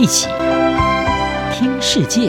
一起听世界。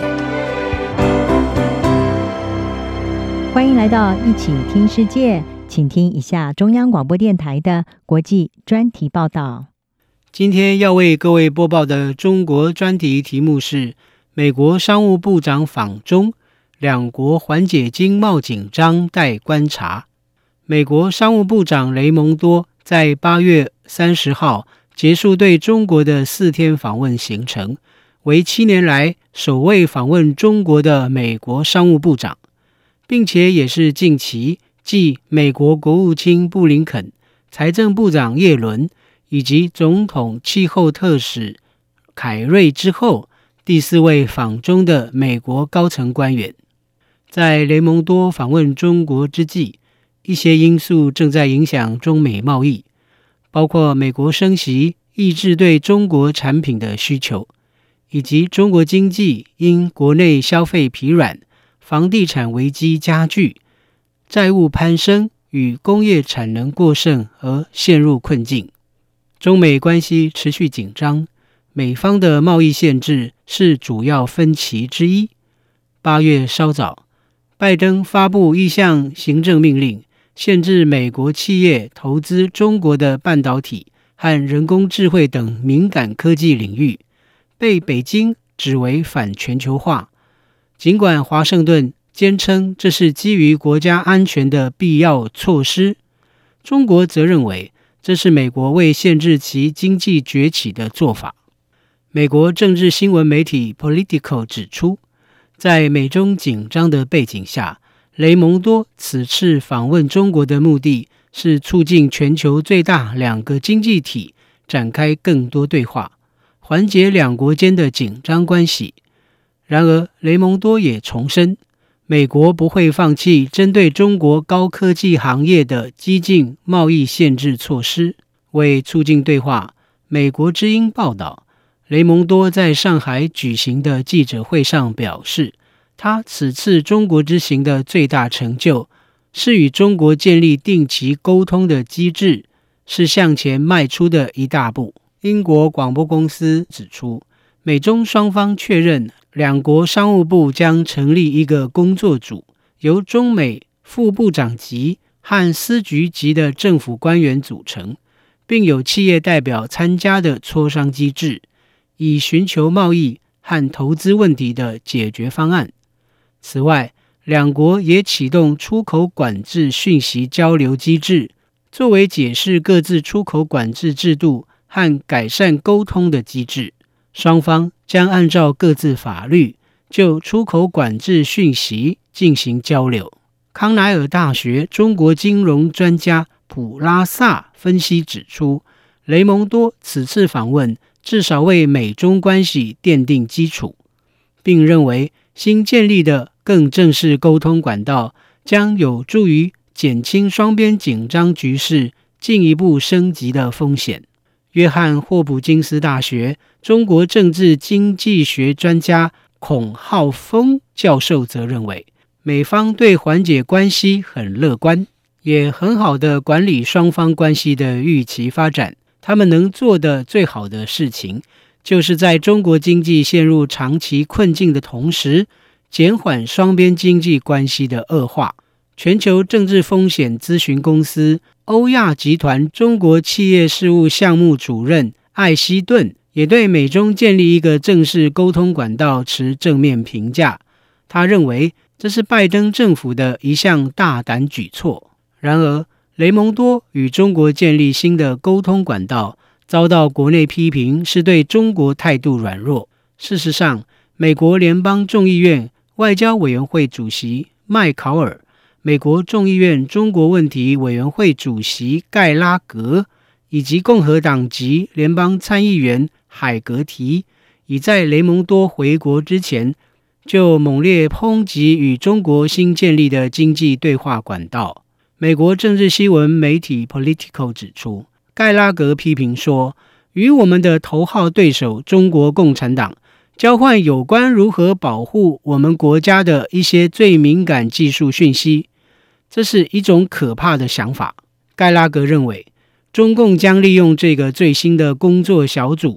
欢迎来到一起听世界，请听一下中央广播电台的国际专题报道。 今天要为各位播报的中国专题题目是美国商务部长访中，两国缓解经贸紧张待观察。美国商务部长雷蒙多在8月30号结束对中国的4天访问行程，为7年来首位访问中国的美国商务部长，并且也是近期继美国国务卿布林肯、财政部长耶伦以及总统气候特使凯瑞之后第4位访中的美国高层官员。在雷蒙多访问中国之际，一些因素正在影响中美贸易，包括美国升息抑制对中国产品的需求，以及中国经济因国内消费疲软、房地产危机加剧、债务攀升与工业产能过剩而陷入困境。中美关系持续紧张，美方的贸易限制是主要分歧之一。8月稍早，拜登发布一项行政命令，限制美国企业投资中国的半导体和人工智慧等敏感科技领域，被北京指为反全球化。尽管华盛顿坚称这是基于国家安全的必要措施，中国则认为这是美国为限制其经济崛起的做法。美国政治新闻媒体 Politico 指出，在美中紧张的背景下，雷蒙多此次访问中国的目的是促进全球最大2个经济体展开更多对话，缓解两国间的紧张关系。然而，雷蒙多也重申，美国不会放弃针对中国高科技行业的激进贸易限制措施。为促进对话，美国之音报道，雷蒙多在上海举行的记者会上表示，他此次中国之行的最大成就是与中国建立定期沟通的机制，是向前迈出的一大步。英国广播公司指出，美中双方确认两国商务部将成立一个工作组，由中美副部长级和司局级的政府官员组成，并有企业代表参加的磋商机制，以寻求贸易和投资问题的解决方案。此外，两国也启动出口管制讯息交流机制，作为解释各自出口管制制度和改善沟通的机制。双方将按照各自法律就出口管制讯息进行交流。康奈尔大学中国金融专家普拉萨分析指出，雷蒙多此次访问至少为美中关系奠定基础，并认为新建立的更正式沟通管道将有助于减轻双边紧张局势进一步升级的风险。约翰霍普金斯大学中国政治经济学专家孔浩峰教授则认为，美方对缓解关系很乐观，也很好地管理双方关系的预期发展。他们能做的最好的事情，就是在中国经济陷入长期困境的同时，减缓双边经济关系的恶化。全球政治风险咨询公司欧亚集团中国企业事务项目主任艾希顿也对美中建立一个正式沟通管道持正面评价。他认为这是拜登政府的一项大胆举措。然而，雷蒙多与中国建立新的沟通管道遭到国内批评是对中国态度软弱。事实上，美国联邦众议院外交委员会主席麦考尔、美国众议院中国问题委员会主席盖拉格以及共和党籍联邦参议员海格提，已在雷蒙多回国之前就猛烈抨击与中国新建立的经济对话管道。美国政治新闻媒体 Politico 指出，盖拉格批评说，与我们的头号对手中国共产党交换有关如何保护我们国家的一些最敏感技术讯息，这是一种可怕的想法。盖拉格认为，中共将利用这个最新的工作小组，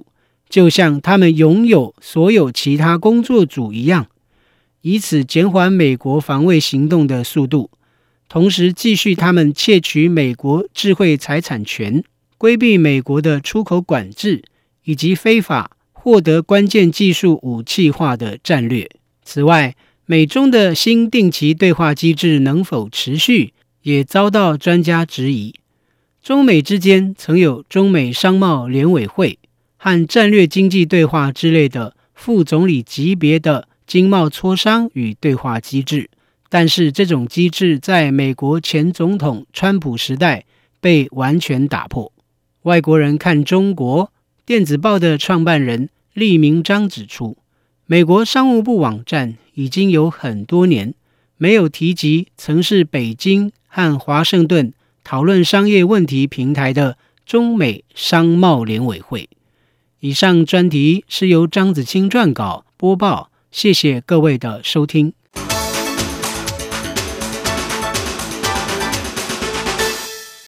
就像他们拥有所有其他工作组一样，以此减缓美国防卫行动的速度，同时继续他们窃取美国智慧财产权、规避美国的出口管制以及非法获得关键技术武器化的战略。此外，美中的新定期对话机制能否持续，也遭到专家质疑。中美之间曾有中美商贸联委会和战略经济对话之类的副总理级别的经贸磋商与对话机制，但是这种机制在美国前总统川普时代被完全打破。外国人看中国电子报的创办人厉明章指出，美国商务部网站已经有很多年没有提及曾是北京和华盛顿讨论商业问题平台的中美商贸联委会。以上专题是由张子清撰稿播报，谢谢各位的收听。